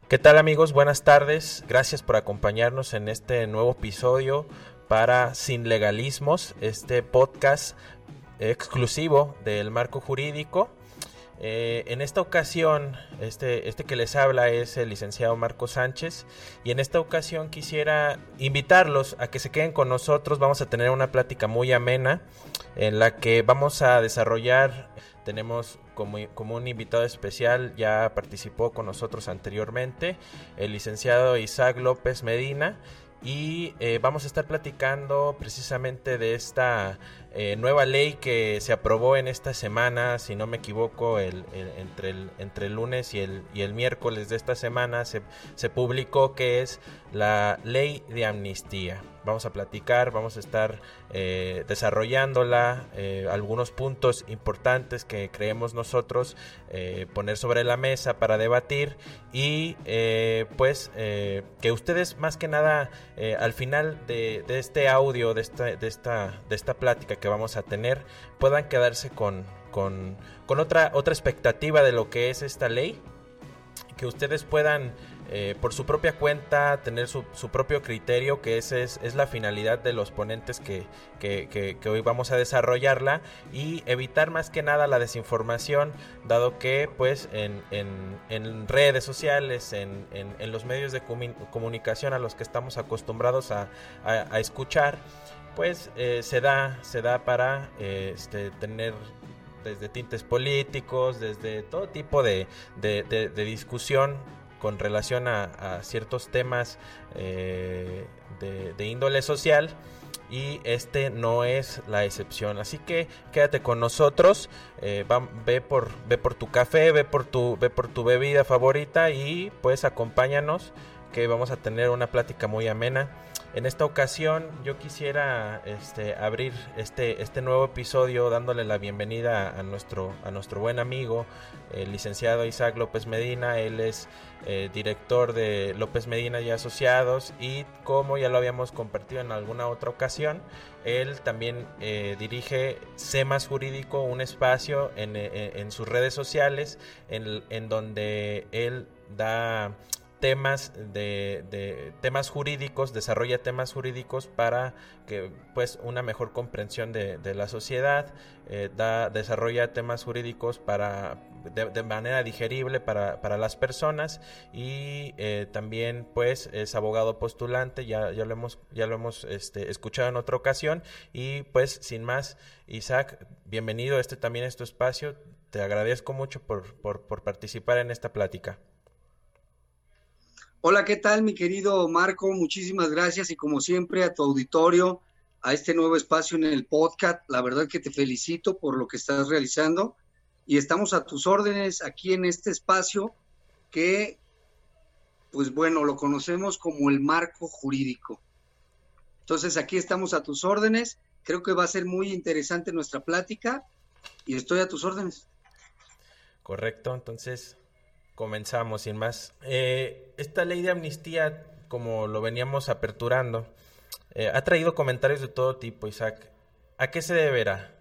¿Qué tal, amigos? Buenas tardes. Gracias por acompañarnos en este nuevo episodio para Sin Legalismos, este podcast exclusivo del marco jurídico. En esta ocasión, este que les habla es el licenciado Marco Sánchez, y en esta ocasión quisiera invitarlos a que se queden con nosotros. Vamos a tener una plática muy amena en la que vamos a desarrollar. Tenemos como un invitado especial, ya participó con nosotros anteriormente, el licenciado Isaac López Medina, y vamos a estar platicando precisamente de esta nueva ley que se aprobó en esta semana, si no me equivoco, entre el lunes y el miércoles de esta semana se publicó, que es la ley de amnistía. Vamos a platicar, vamos a estar desarrollándola, algunos puntos importantes que creemos nosotros poner sobre la mesa para debatir, y que ustedes más que nada al final de este audio, de esta plática que vamos a tener, puedan quedarse con otra expectativa de lo que es esta ley, que ustedes puedan por su propia cuenta tener su propio criterio, que esa es la finalidad de los ponentes que hoy vamos a desarrollarla, y evitar más que nada la desinformación, dado que pues en redes sociales, en los medios de comunicación a los que estamos acostumbrados a escuchar, pues se da para tener desde tintes políticos, desde todo tipo de discusión con relación a ciertos temas de índole social, y este no es la excepción. Así que quédate con nosotros, ve por tu café, ve por tu bebida favorita, y pues acompáñanos, que vamos a tener una plática muy amena. En esta ocasión yo quisiera abrir este nuevo episodio dándole la bienvenida a nuestro buen amigo, el licenciado Isaac López Medina. Él es director de López Medina y Asociados, y como ya lo habíamos compartido en alguna otra ocasión, él también dirige C+ Jurídico, un espacio en sus redes sociales en donde él da temas temas jurídicos, desarrolla temas jurídicos para que pues una mejor comprensión de la sociedad, desarrolla temas jurídicos para de manera digerible para las personas, y también pues es abogado postulante. Ya lo hemos escuchado en otra ocasión, y pues sin más, Isaac, bienvenido. También es tu espacio. Te agradezco mucho por participar en esta plática. Hola, ¿qué tal, mi querido Marco? Muchísimas gracias, y como siempre a tu auditorio, a este nuevo espacio en el podcast. La verdad que te felicito por lo que estás realizando, y estamos a tus órdenes aquí en este espacio que, pues bueno, lo conocemos como el marco jurídico. Entonces aquí estamos a tus órdenes. Creo que va a ser muy interesante nuestra plática, y estoy a tus órdenes. Correcto, entonces comenzamos sin más. Esta ley de amnistía, como lo veníamos aperturando, ha traído comentarios de todo tipo, Isaac. ¿A qué se deberá?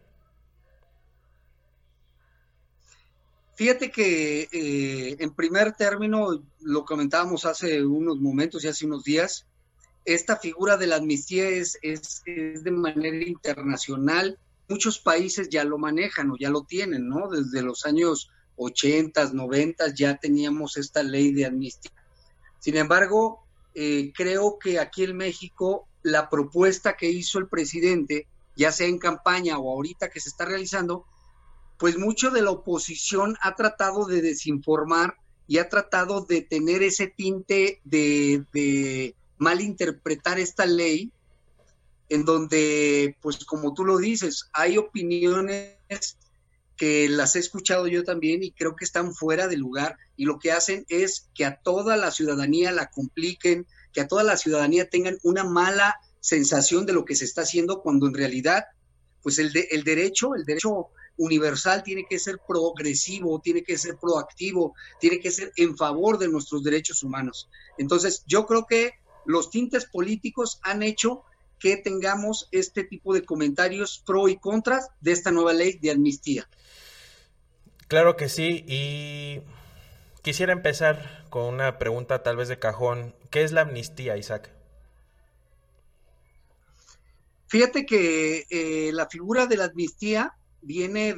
Fíjate que en primer término, lo comentábamos hace unos momentos y hace unos días, esta figura de la amnistía es de manera internacional. Muchos países ya lo manejan o ya lo tienen, ¿no? Desde los años 80, 90 ya teníamos esta ley de amnistía. Sin embargo, creo que aquí en México la propuesta que hizo el presidente, ya sea en campaña o ahorita que se está realizando, pues mucho de la oposición ha tratado de desinformar y ha tratado de tener ese tinte de malinterpretar esta ley, en donde, pues como tú lo dices, hay opiniones que las he escuchado yo también y creo que están fuera de lugar, y lo que hacen es que a toda la ciudadanía la compliquen, que a toda la ciudadanía tengan una mala sensación de lo que se está haciendo, cuando en realidad pues el derecho universal tiene que ser progresivo, tiene que ser proactivo, tiene que ser en favor de nuestros derechos humanos. Entonces yo creo que los tintes políticos han hecho que tengamos este tipo de comentarios pro y contras de esta nueva ley de amnistía. Claro que sí, y Quisiera empezar con una pregunta tal vez de cajón. ¿Qué es la amnistía, Isaac? Fíjate que la figura de la amnistía viene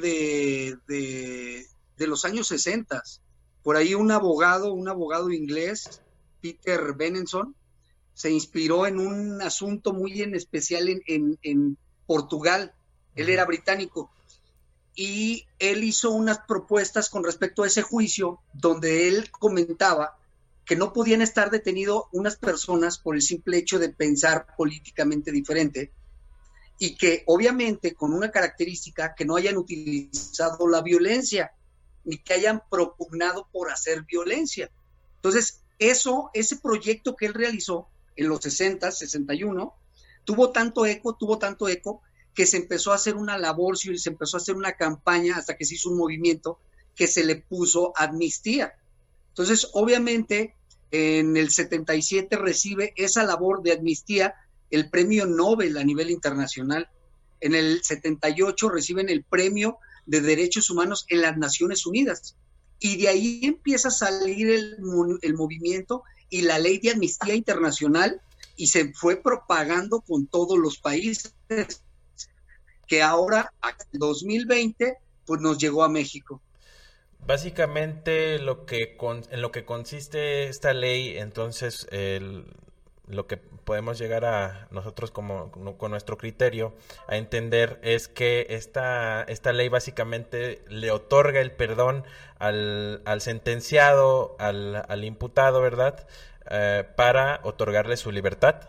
de los años 60. Por ahí un abogado inglés, Peter Benenson, se inspiró en un asunto muy en especial en Portugal. Él era británico y él hizo unas propuestas con respecto a ese juicio donde él comentaba que no podían estar detenidos unas personas por el simple hecho de pensar políticamente diferente y que obviamente con una característica que no hayan utilizado la violencia ni que hayan propugnado por hacer violencia. Entonces, ese proyecto que él realizó en los 60, 61, tuvo tanto eco, que se empezó a hacer una labor, se empezó a hacer una campaña hasta que se hizo un movimiento que se le puso amnistía. Entonces, obviamente, en el 77 recibe esa labor de amnistía el premio Nobel a nivel internacional. En el 78 reciben el premio de Derechos Humanos en las Naciones Unidas. Y de ahí empieza a salir el movimiento y la ley de amnistía internacional y se fue propagando con todos los países, que ahora, hasta el 2020, pues nos llegó a México. Básicamente en lo que consiste esta ley, entonces lo que podemos llegar a nosotros con nuestro criterio a entender es que esta ley básicamente le otorga el perdón al sentenciado, al imputado, ¿verdad? Para otorgarle su libertad.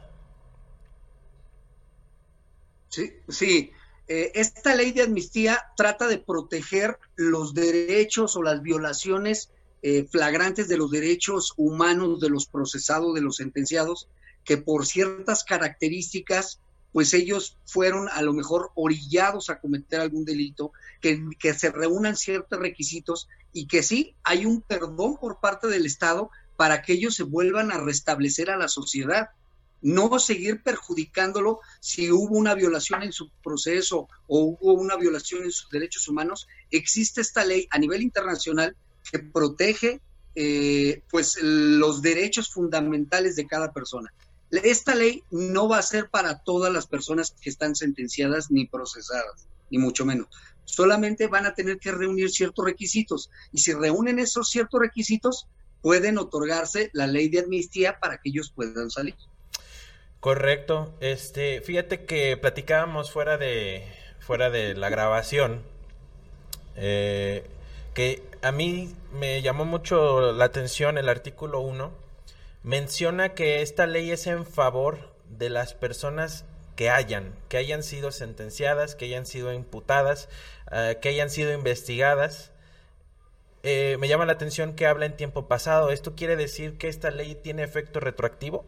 Sí. Esta ley de amnistía trata de proteger los derechos o las violaciones flagrantes de los derechos humanos de los procesados, de los sentenciados, que por ciertas características, pues ellos fueron a lo mejor orillados a cometer algún delito, que se reúnan ciertos requisitos y que sí hay un perdón por parte del Estado para que ellos se vuelvan a restablecer a la sociedad. No seguir perjudicándolo si hubo una violación en su proceso o hubo una violación en sus derechos humanos. Existe esta ley a nivel internacional que protege pues los derechos fundamentales de cada persona. Esta ley no va a ser para todas las personas que están sentenciadas ni procesadas, ni mucho menos. Solamente van a tener que reunir ciertos requisitos y si reúnen esos ciertos requisitos pueden otorgarse la ley de amnistía para que ellos puedan salir. Correcto. Fíjate que platicábamos fuera de la grabación, que a mí me llamó mucho la atención el artículo 1. Menciona que esta ley es en favor de las personas que hayan sido sentenciadas, que hayan sido imputadas, que hayan sido investigadas. Me llama la atención que habla en tiempo pasado. ¿Esto quiere decir que esta ley tiene efecto retroactivo?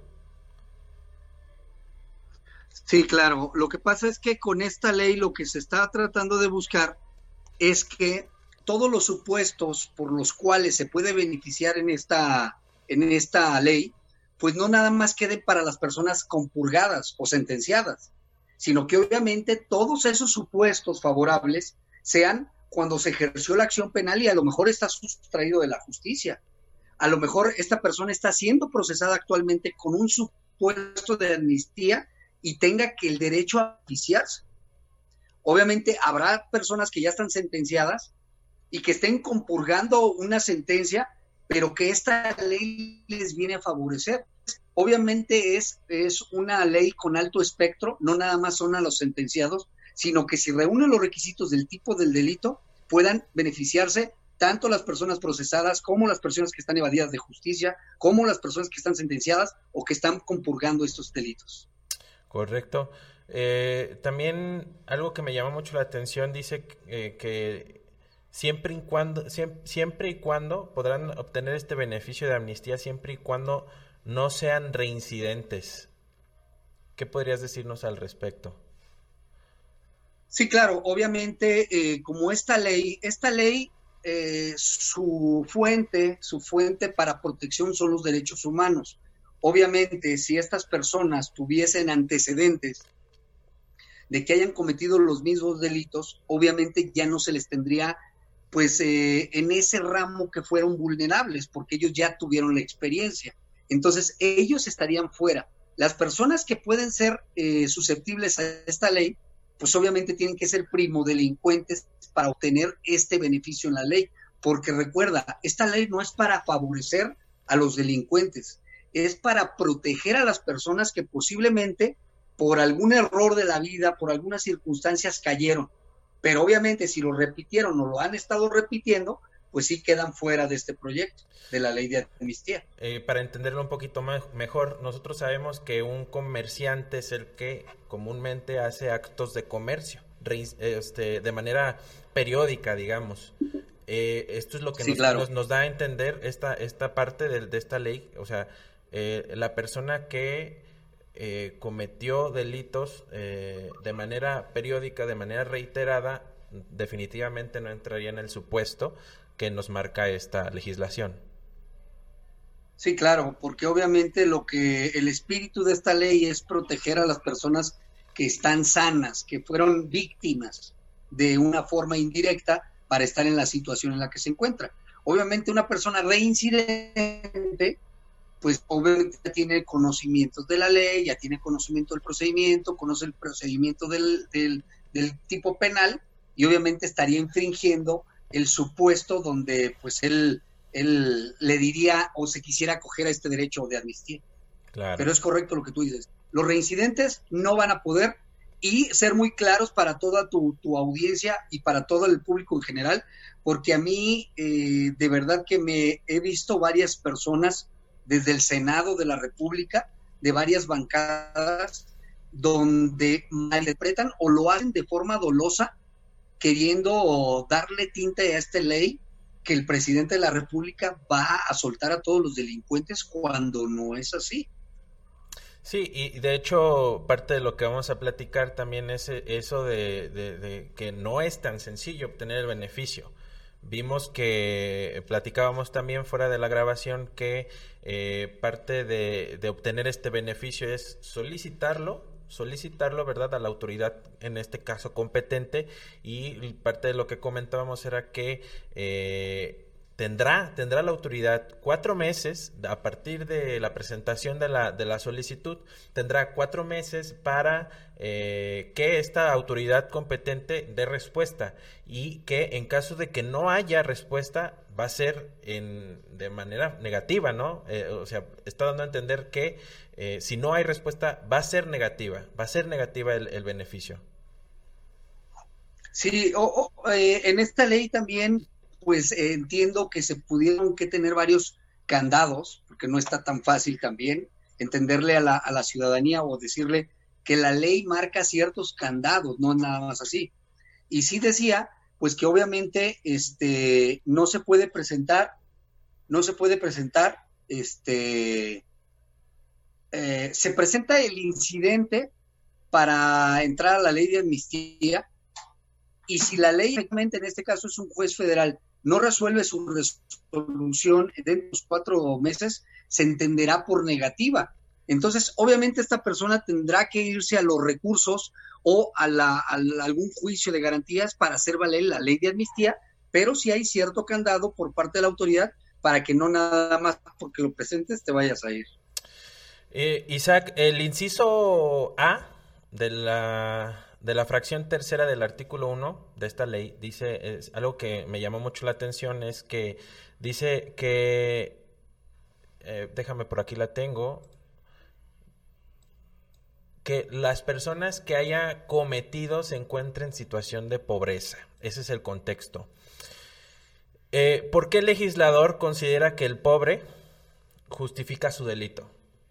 Sí, claro. Lo que pasa es que con esta ley lo que se está tratando de buscar es que todos los supuestos por los cuales se puede beneficiar en esta ley, pues no nada más queden para las personas compurgadas o sentenciadas, sino que obviamente todos esos supuestos favorables sean cuando se ejerció la acción penal y a lo mejor está sustraído de la justicia. A lo mejor esta persona está siendo procesada actualmente con un supuesto de amnistía y tenga que el derecho a beneficiarse. Obviamente habrá personas que ya están sentenciadas y que estén compurgando una sentencia, pero que esta ley les viene a favorecer. Obviamente es una ley con alto espectro, no nada más son a los sentenciados, sino que si reúnen los requisitos del tipo del delito, puedan beneficiarse tanto las personas procesadas como las personas que están evadidas de justicia, como las personas que están sentenciadas o que están compurgando estos delitos. Correcto. También algo que me llama mucho la atención dice que siempre y cuando podrán obtener este beneficio de amnistía siempre y cuando no sean reincidentes. ¿Qué podrías decirnos al respecto? Sí, claro, obviamente como esta ley, su fuente para protección son los derechos humanos. Obviamente, si estas personas tuviesen antecedentes de que hayan cometido los mismos delitos, obviamente ya no se les tendría pues en ese ramo que fueron vulnerables, porque ellos ya tuvieron la experiencia. Entonces, ellos estarían fuera. Las personas que pueden ser susceptibles a esta ley, pues obviamente tienen que ser primodelincuentes para obtener este beneficio en la ley, porque recuerda, esta ley no es para favorecer a los delincuentes, es para proteger a las personas que posiblemente por algún error de la vida, por algunas circunstancias cayeron, pero obviamente si lo repitieron o lo han estado repitiendo, pues sí quedan fuera de este proyecto, de la ley de amnistía. Para entenderlo un poquito mejor, nosotros sabemos que un comerciante es el que comúnmente hace actos de comercio, de manera periódica, digamos. Esto es lo que Sí, claro. nos da a entender esta parte de esta ley, o sea, la persona que cometió delitos de manera periódica, de manera reiterada, definitivamente no entraría en el supuesto que nos marca esta legislación. Sí, claro, porque obviamente lo que el espíritu de esta ley es proteger a las personas que están sanas, que fueron víctimas de una forma indirecta para estar en la situación en la que se encuentra. Obviamente una persona reincidente, pues obviamente ya tiene conocimientos de la ley, ya tiene conocimiento del procedimiento, conoce el procedimiento del tipo penal y obviamente estaría infringiendo el supuesto donde pues él le diría o se quisiera acoger a este derecho de amnistía. Claro. Pero es correcto lo que tú dices. Los reincidentes no van a poder, y ser muy claros para toda tu audiencia y para todo el público en general, porque a mí de verdad que me he visto varias personas desde el Senado de la República, de varias bancadas, donde malinterpretan o lo hacen de forma dolosa, queriendo darle tinte a esta ley que el presidente de la República va a soltar a todos los delincuentes cuando no es así. Sí, y de hecho parte de lo que vamos a platicar también es eso de que no es tan sencillo obtener el beneficio. Vimos que platicábamos también fuera de la grabación que parte de obtener este beneficio es solicitarlo, ¿verdad?, a la autoridad, en este caso competente, y parte de lo que comentábamos era que tendrá la autoridad 4 meses, a partir de la presentación de la solicitud, tendrá 4 meses para que esta autoridad competente dé respuesta, y que en caso de que no haya respuesta va a ser de manera negativa, ¿no? O sea, está dando a entender que si no hay respuesta va a ser negativa el beneficio. Sí, en esta ley también, pues entiendo que se pudieron que tener varios candados, porque no está tan fácil también entenderle a la ciudadanía o decirle que la ley marca ciertos candados, no es nada más así. Y sí decía, pues que obviamente no se puede presentar, se presenta el incidente para entrar a la ley de amnistía, y si la ley, en este caso es un juez federal, no resuelve su resolución dentro de los 4 meses, se entenderá por negativa. Entonces, obviamente esta persona tendrá que irse a los recursos o a algún juicio de garantías para hacer valer la ley de amnistía, pero sí hay cierto candado por parte de la autoridad para que no nada más porque lo presentes te vayas a ir. Isaac, el inciso A de la fracción tercera del artículo 1 de esta ley dice, es algo que me llamó mucho la atención, es que dice que, déjame, por aquí la tengo, que las personas que haya cometido se encuentren en situación de pobreza. Ese es el contexto. ¿Por qué el legislador considera que el pobre justifica su delito?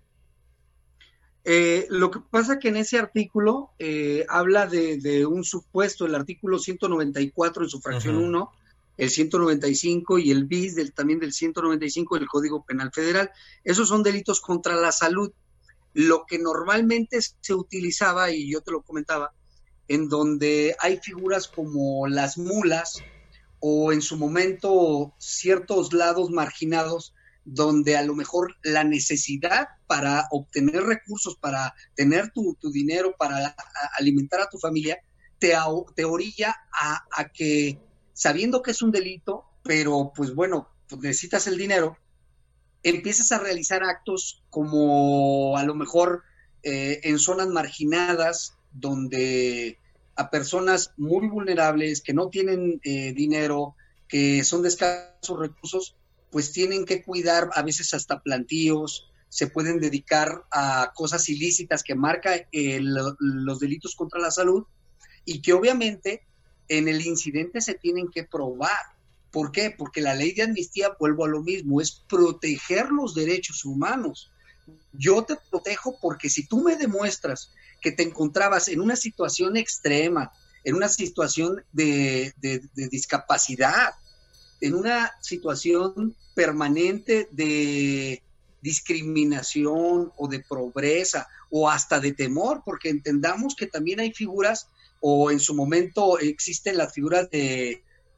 Lo que pasa que en ese artículo habla de un supuesto, el artículo 194 en su fracción 1, el 195 y el bis también del 195 del Código Penal Federal. Esos son delitos contra la salud. Lo que normalmente se utilizaba, y yo te lo comentaba, en donde hay figuras como las mulas o en su momento ciertos lados marginados, donde a lo mejor la necesidad para obtener recursos, para tener tu dinero, para alimentar a tu familia, te orilla a que sabiendo que es un delito, pero pues bueno, pues necesitas el dinero, empiezas a realizar actos como a lo mejor en zonas marginadas, donde a personas muy vulnerables, que no tienen dinero, que son de escasos recursos, pues tienen que cuidar a veces hasta plantíos, se pueden dedicar a cosas ilícitas que marca los delitos contra la salud, y que obviamente en el incidente se tienen que probar. ¿Por qué? Porque la ley de amnistía, vuelvo a lo mismo, es proteger los derechos humanos. Yo te protejo porque si tú me demuestras que te encontrabas en una situación extrema, en una situación de discapacidad, en una situación permanente de discriminación o de pobreza o hasta de temor, porque entendamos que también hay figuras, o en su momento existen las figuras de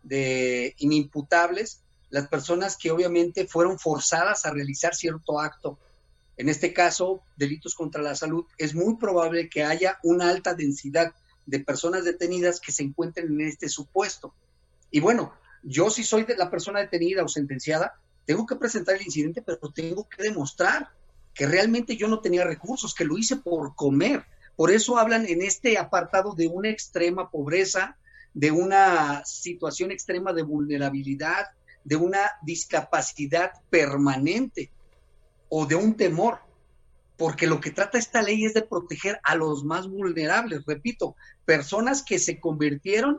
inimputables, las personas que obviamente fueron forzadas a realizar cierto acto. En este caso, delitos contra la salud, es muy probable que haya una alta densidad de personas detenidas que se encuentren en este supuesto. Y bueno, yo si soy de la persona detenida o sentenciada, tengo que presentar el incidente, pero tengo que demostrar que realmente yo no tenía recursos, que lo hice por comer. Por eso hablan en este apartado de una extrema pobreza, de una situación extrema de vulnerabilidad, de una discapacidad permanente o de un temor, porque lo que trata esta ley es de proteger a los más vulnerables, repito, personas que se convirtieron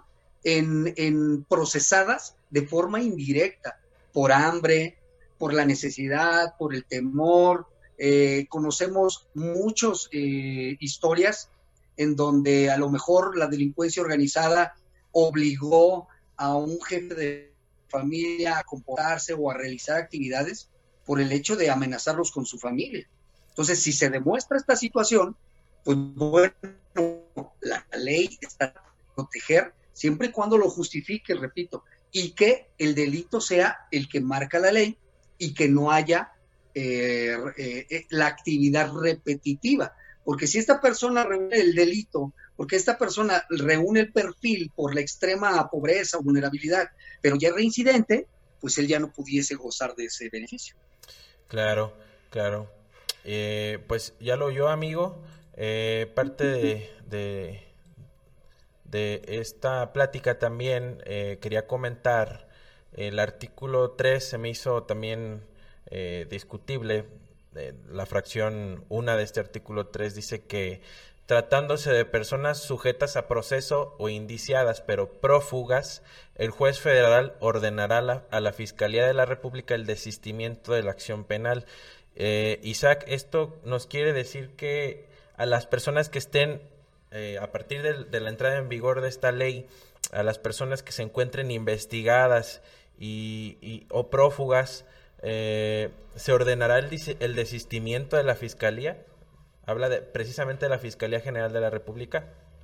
en procesadas de forma indirecta, por hambre, por la necesidad, por el temor. Conocemos muchas historias en donde a lo mejor la delincuencia organizada obligó a un jefe de familia a comportarse o a realizar actividades por el hecho de amenazarlos con su familia. Entonces, si se demuestra esta situación, pues bueno, la ley está para proteger siempre y cuando lo justifique, repito, y que el delito sea el que marca la ley y que no haya la actividad repetitiva. Porque si esta persona reúne el delito, porque esta persona reúne el perfil por la extrema pobreza o vulnerabilidad, pero ya es reincidente, pues él ya no pudiese gozar de ese beneficio. Claro, claro. Pues ya lo oyó, amigo. Parte de esta plática también quería comentar. El artículo 3 se me hizo también discutible. La fracción 1 de este artículo 3 dice que tratándose de personas sujetas a proceso o indiciadas pero prófugas, el juez federal ordenará a la Fiscalía de la República el desistimiento de la acción penal. Isaac, esto nos quiere decir que a las personas que estén, a partir de la entrada en vigor de esta ley, a las personas que se encuentren investigadas o prófugas, se ordenará el desistimiento de la Fiscalía. Habla precisamente de la Fiscalía General de la República.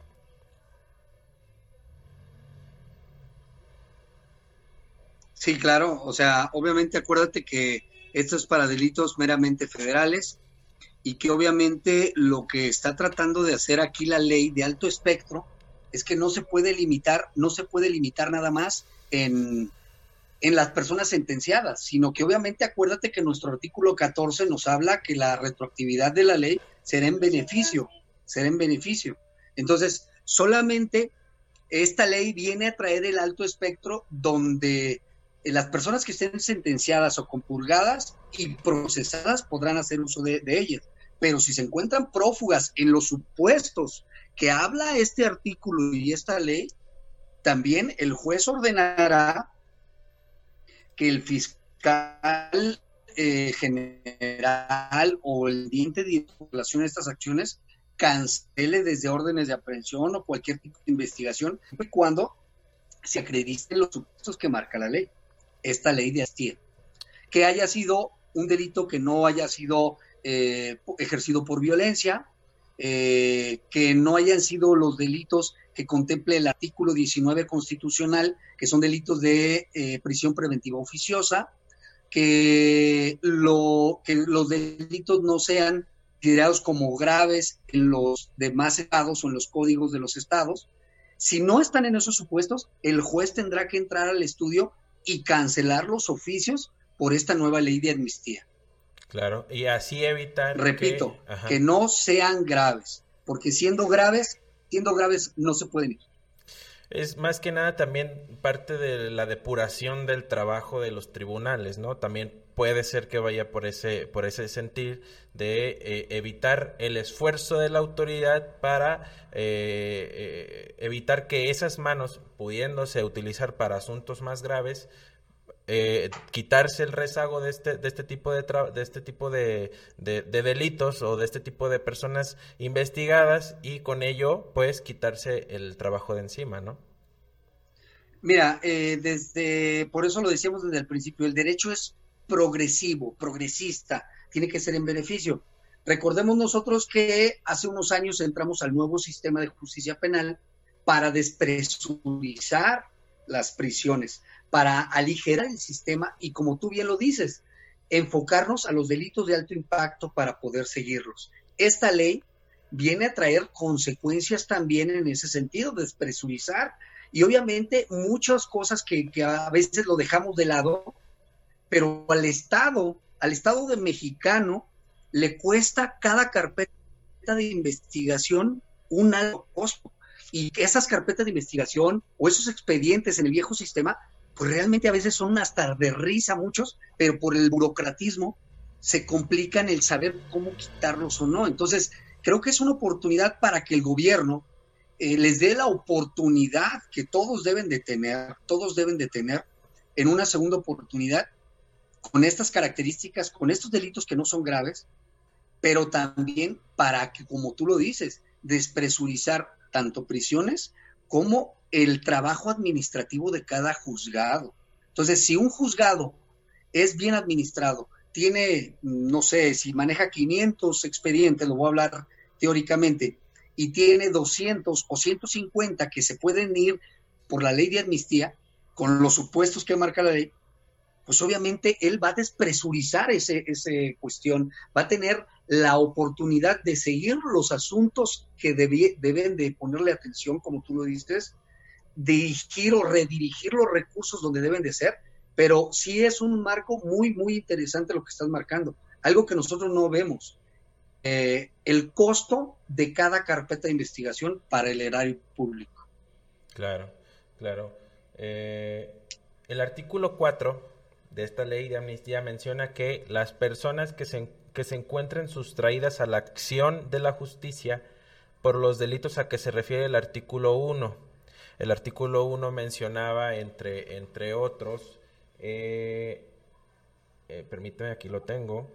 Sí, claro, o sea, obviamente acuérdate que esto es para delitos meramente federales y que obviamente lo que está tratando de hacer aquí la ley de alto espectro es que no se puede limitar nada más en las personas sentenciadas, sino que obviamente acuérdate que nuestro artículo 14 nos habla que la retroactividad de la ley será en beneficio. Entonces, solamente esta ley viene a traer el alto espectro donde las personas que estén sentenciadas o compurgadas y procesadas podrán hacer uso de ellas. Pero si se encuentran prófugas en los supuestos que habla este artículo y esta ley, también el juez ordenará que el fiscal general o el diente de relación a estas acciones cancele desde órdenes de aprehensión o cualquier tipo de investigación, siempre y cuando se acrediten los supuestos que marca la ley, esta ley de amnistía, que haya sido un delito que no haya sido ejercido por violencia, que no hayan sido los delitos que contemple el artículo 19 constitucional, que son delitos de prisión preventiva oficiosa, que los delitos no sean considerados como graves en los demás estados o en los códigos de los estados, Si no están en esos supuestos, el juez tendrá que entrar al estudio y cancelar los oficios por esta nueva ley de amnistía. Claro, y así evitar Repito, que no sean graves, porque siendo graves no se pueden ir. Es más que nada también parte de la depuración del trabajo de los tribunales, ¿no? También puede ser que vaya por ese sentir de evitar el esfuerzo de la autoridad para evitar que esas manos, pudiéndose utilizar para asuntos más graves, quitarse el rezago de este tipo de delitos o de este tipo de personas investigadas, y con ello pues quitarse el trabajo de encima, ¿no? Mira, por eso lo decíamos desde el principio, el derecho es progresivo, progresista, tiene que ser en beneficio. Recordemos nosotros que hace unos años entramos al nuevo sistema de justicia penal para despresurizar las prisiones, para aligerar el sistema y, como tú bien lo dices, enfocarnos a los delitos de alto impacto para poder seguirlos. Esta ley viene a traer consecuencias también en ese sentido, despresurizar, y obviamente muchas cosas que a veces lo dejamos de lado, pero al Estado de mexicano le cuesta cada carpeta de investigación un alto costo. Y esas carpetas de investigación o esos expedientes en el viejo sistema, pues realmente a veces son hasta de risa muchos, pero por el burocratismo se complican el saber cómo quitarlos o no. Entonces, creo que es una oportunidad para que el gobierno les dé la oportunidad que todos deben de tener en una segunda oportunidad con estas características, con estos delitos que no son graves, pero también para que, como tú lo dices, despresurizar tanto prisiones como el trabajo administrativo de cada juzgado. Entonces, si un juzgado es bien administrado, tiene, no sé, si maneja 500 expedientes, lo voy a hablar teóricamente, y tiene 200 o 150 que se pueden ir por la ley de amnistía, con los supuestos que marca la ley, pues obviamente él va a despresurizar ese cuestión, va a tener la oportunidad de seguir los asuntos que deben de ponerle atención, como tú lo dices, dirigir o redirigir los recursos donde deben de ser, pero sí es un marco muy, muy interesante lo que estás marcando, algo que nosotros no vemos. El costo de cada carpeta de investigación para el erario público. Claro. El artículo 4 de esta ley de amnistía menciona que las personas que se encuentren sustraídas a la acción de la justicia por los delitos a que se refiere el artículo 1. El artículo 1 mencionaba, entre otros, permíteme, aquí lo tengo.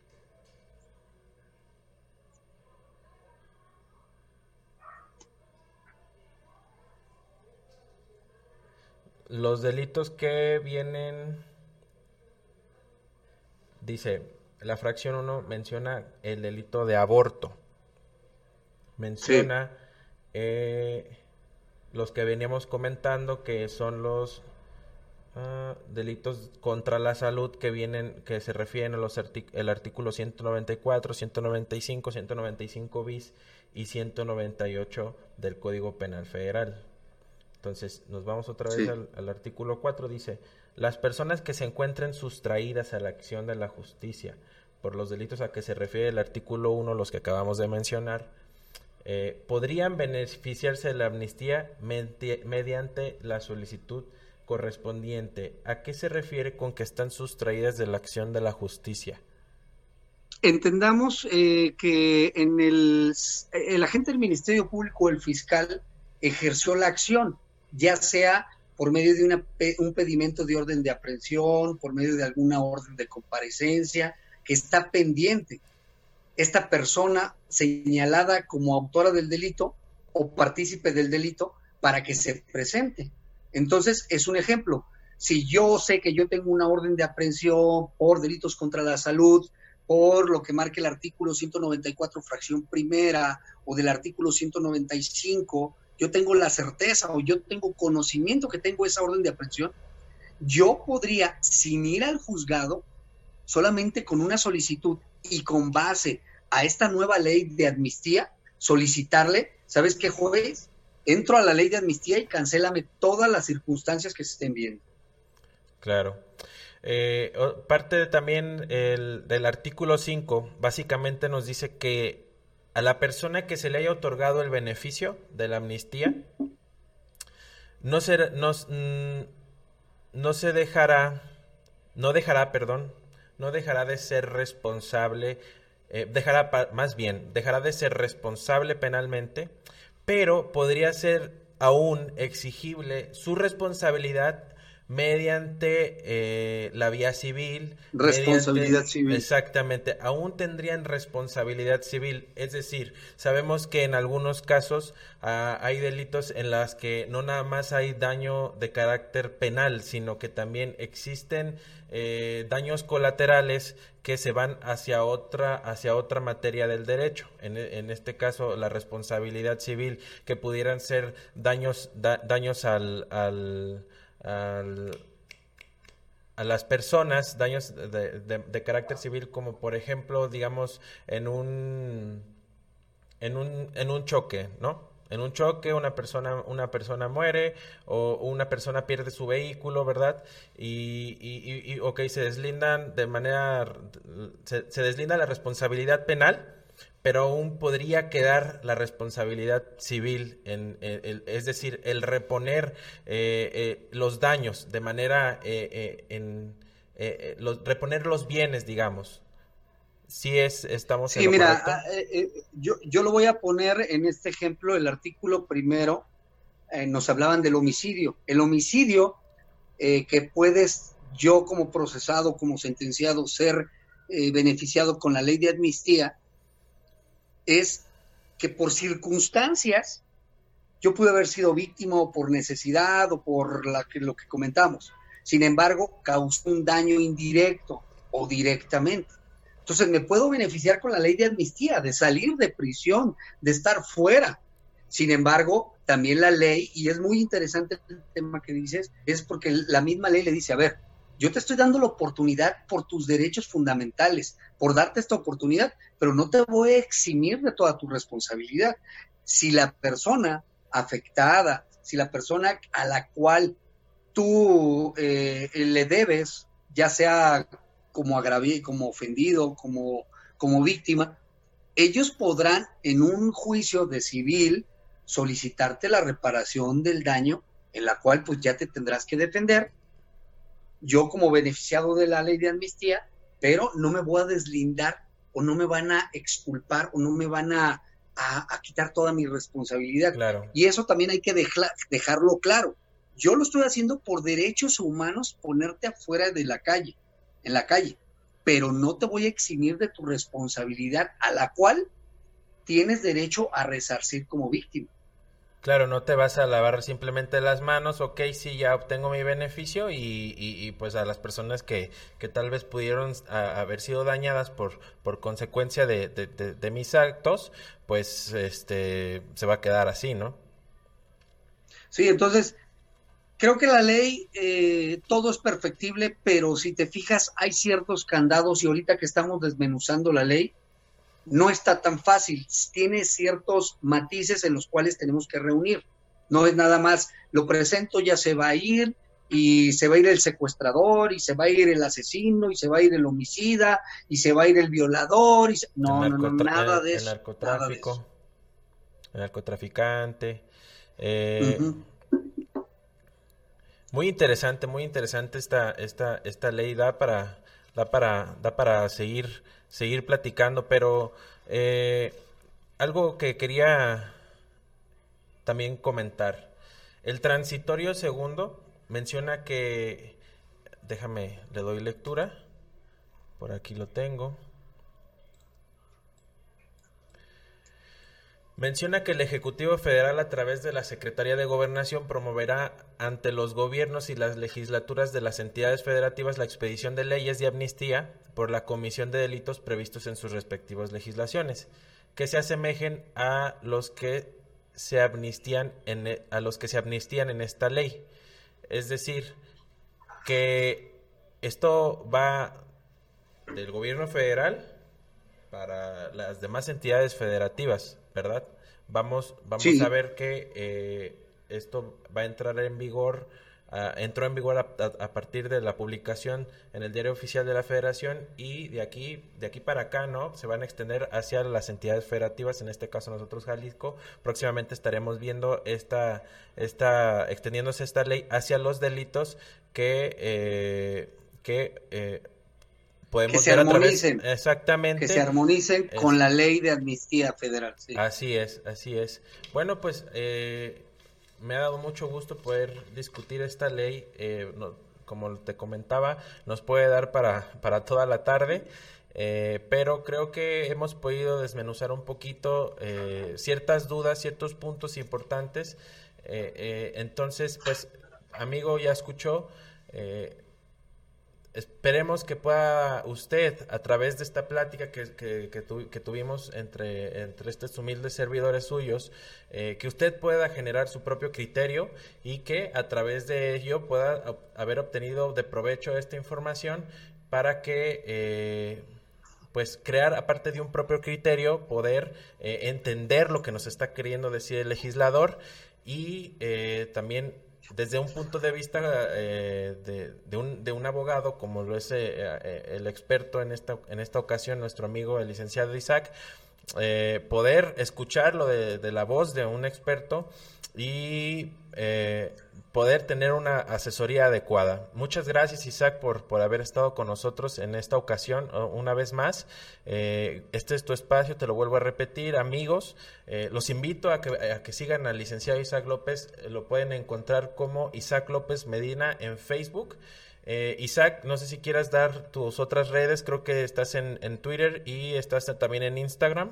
Los delitos que vienen, dice, la fracción 1 menciona el delito de aborto. Menciona los que veníamos comentando, que son los delitos contra la salud que se refieren a el artículo 194, 195, 195 bis y 198 del Código Penal Federal. Entonces, nos vamos otra vez al artículo 4, dice, las personas que se encuentren sustraídas a la acción de la justicia por los delitos a que se refiere el artículo 1, los que acabamos de mencionar, podrían beneficiarse de la amnistía mediante la solicitud correspondiente. ¿A qué se refiere con que están sustraídas de la acción de la justicia? Entendamos que el agente del Ministerio Público, el fiscal, ejerció la acción, ya sea por medio de un pedimento de orden de aprehensión, por medio de alguna orden de comparecencia, que está pendiente. Esta persona señalada como autora del delito o partícipe del delito para que se presente. Entonces, es un ejemplo. Si yo sé que yo tengo una orden de aprehensión por delitos contra la salud, por lo que marca el artículo 194, fracción primera, o del artículo 195, yo tengo la certeza o yo tengo conocimiento que tengo esa orden de aprehensión, yo podría, sin ir al juzgado, solamente con una solicitud y con base a esta nueva ley de amnistía, solicitarle, ¿sabes qué, juez? entro a la ley de amnistía y cancélame todas las circunstancias que se estén viendo. Claro. Parte también del artículo 5, básicamente nos dice que a la persona que se le haya otorgado el beneficio de la amnistía, no se, no, no se dejará, no dejará, perdón, no dejará de ser responsable, dejará de ser responsable penalmente, pero podría ser aún exigible su responsabilidad mediante la vía civil. Responsabilidad civil. Exactamente, aún tendrían responsabilidad civil, es decir, sabemos que en algunos casos hay delitos en las que no nada más hay daño de carácter penal, sino que también existen daños colaterales que se van hacia otra materia del derecho. En este caso, la responsabilidad civil, que pudieran ser daños a las personas, daños de carácter civil, como por ejemplo, digamos, en un choque, ¿no? En un choque una persona muere o una persona pierde su vehículo, ¿verdad? Y se deslindan se deslinda la responsabilidad penal, pero aún podría quedar la responsabilidad civil, es decir, el reponer los daños de manera, reponer los bienes, digamos. Estamos en lo correcto. Yo lo voy a poner en este ejemplo, el artículo primero, nos hablaban del homicidio. El homicidio que puedes yo como procesado, como sentenciado, ser beneficiado con la ley de amnistía, es que por circunstancias yo pude haber sido víctima o por necesidad o por lo que comentamos. Sin embargo, causó un daño indirecto o directamente. Entonces me puedo beneficiar con la ley de amnistía, de salir de prisión, de estar fuera. Sin embargo, también la ley, y es muy interesante el tema que dices, es porque la misma ley le dice, a ver, yo te estoy dando la oportunidad por tus derechos fundamentales, por darte esta oportunidad, pero no te voy a eximir de toda tu responsabilidad. Si la persona afectada, si la persona a la cual tú le debes, ya sea como agraviado, como ofendido, como víctima, ellos podrán en un juicio de civil solicitarte la reparación del daño, en la cual pues ya te tendrás que defender, yo como beneficiado de la ley de amnistía, pero no me voy a deslindar o no me van a exculpar o no me van a quitar toda mi responsabilidad. Claro. Y eso también hay que dejarlo claro. Yo lo estoy haciendo por derechos humanos, ponerte afuera de la calle, en la calle, pero no te voy a eximir de tu responsabilidad a la cual tienes derecho a resarcir como víctima. Claro, no te vas a lavar simplemente las manos, ok, sí, ya obtengo mi beneficio y pues a las personas que tal vez pudieron haber sido dañadas por consecuencia de mis actos, pues se va a quedar así, ¿no? Sí, entonces creo que la ley, todo es perfectible, pero si te fijas hay ciertos candados y ahorita que estamos desmenuzando la ley, no está tan fácil, tiene ciertos matices en los cuales tenemos que reunir. No es nada más, lo presento, ya se va a ir, y se va a ir el secuestrador, y se va a ir el asesino, y se va a ir el homicida, y se va a ir el violador, no, nada de eso. El narcotráfico, el narcotraficante. Uh-huh. Muy interesante esta ley, da para seguir platicando, pero algo que quería también comentar. El transitorio segundo menciona que, le doy lectura, por aquí lo tengo. Menciona que el Ejecutivo Federal, a través de la Secretaría de Gobernación, promoverá ante los gobiernos y las legislaturas de las entidades federativas la expedición de leyes de amnistía por la comisión de delitos previstos en sus respectivas legislaciones, que se asemejen a los que se amnistían en esta ley. Es decir, que esto va del gobierno federal las demás entidades federativas, ¿verdad? Vamos Sí. a ver que esto va a entrar en vigor. Entró en vigor a partir de la publicación en el Diario Oficial de la Federación, y de aquí para acá, ¿no? Se van a extender hacia las entidades federativas, en este caso nosotros Jalisco. Próximamente estaremos viendo extendiéndose esta ley hacia los delitos que podemos se ver armonicen, exactamente. que se armonicen con la ley de amnistía federal. Sí. Así es. Bueno, pues me ha dado mucho gusto poder discutir esta ley. Como te comentaba, nos puede dar para toda la tarde, pero creo que hemos podido desmenuzar un poquito ciertas dudas, ciertos puntos importantes. Entonces, pues, amigo, ya escuchó. Esperemos que pueda usted, a través de esta plática que tuvimos entre estos humildes servidores suyos, que usted pueda generar su propio criterio, y que a través de ello pueda haber obtenido de provecho esta información para que pues crear, aparte de un propio criterio, poder entender lo que nos está queriendo decir el legislador, y también desde un punto de vista de un abogado, como lo es el experto en esta ocasión, nuestro amigo el licenciado Isaac, poder escuchar lo de la voz de un experto y poder tener una asesoría adecuada. Muchas gracias, Isaac, por haber estado con nosotros en esta ocasión una vez más. Este es tu espacio, te lo vuelvo a repetir, amigos. Los invito a que sigan al licenciado Isaac López. Lo pueden encontrar como Isaac López Medina en Facebook. Isaac, no sé si quieras dar tus otras redes. Creo que estás en Twitter y estás también en Instagram.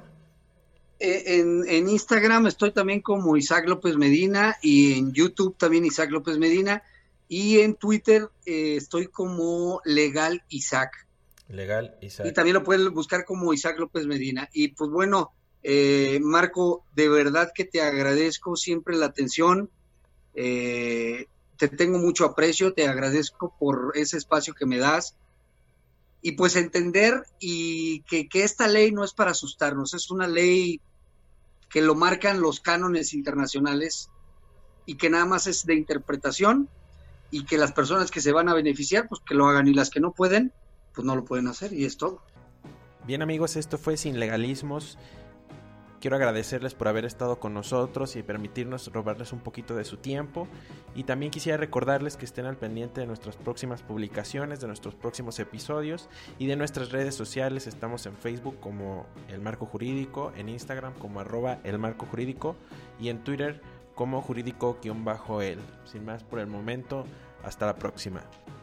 En Instagram estoy también como Isaac López Medina, y en YouTube también Isaac López Medina, y en Twitter estoy como Legal Isaac. Y también lo pueden buscar como Isaac López Medina. Y pues bueno, Marco, de verdad que te agradezco siempre la atención. Te tengo mucho aprecio, te agradezco por ese espacio que me das. Y pues entender y que esta ley no es para asustarnos, es una ley que lo marcan los cánones internacionales y que nada más es de interpretación, y que las personas que se van a beneficiar, pues que lo hagan, y las que no pueden, pues no lo pueden hacer, y es todo. Bien, amigos, esto fue Sin Legalismos. Quiero agradecerles por haber estado con nosotros y permitirnos robarles un poquito de su tiempo. Y también quisiera recordarles que estén al pendiente de nuestras próximas publicaciones, de nuestros próximos episodios y de nuestras redes sociales. Estamos en Facebook como El Marco Jurídico, en Instagram como @elmarcojurídico y en Twitter como jurídico_el. Sin más por el momento, hasta la próxima.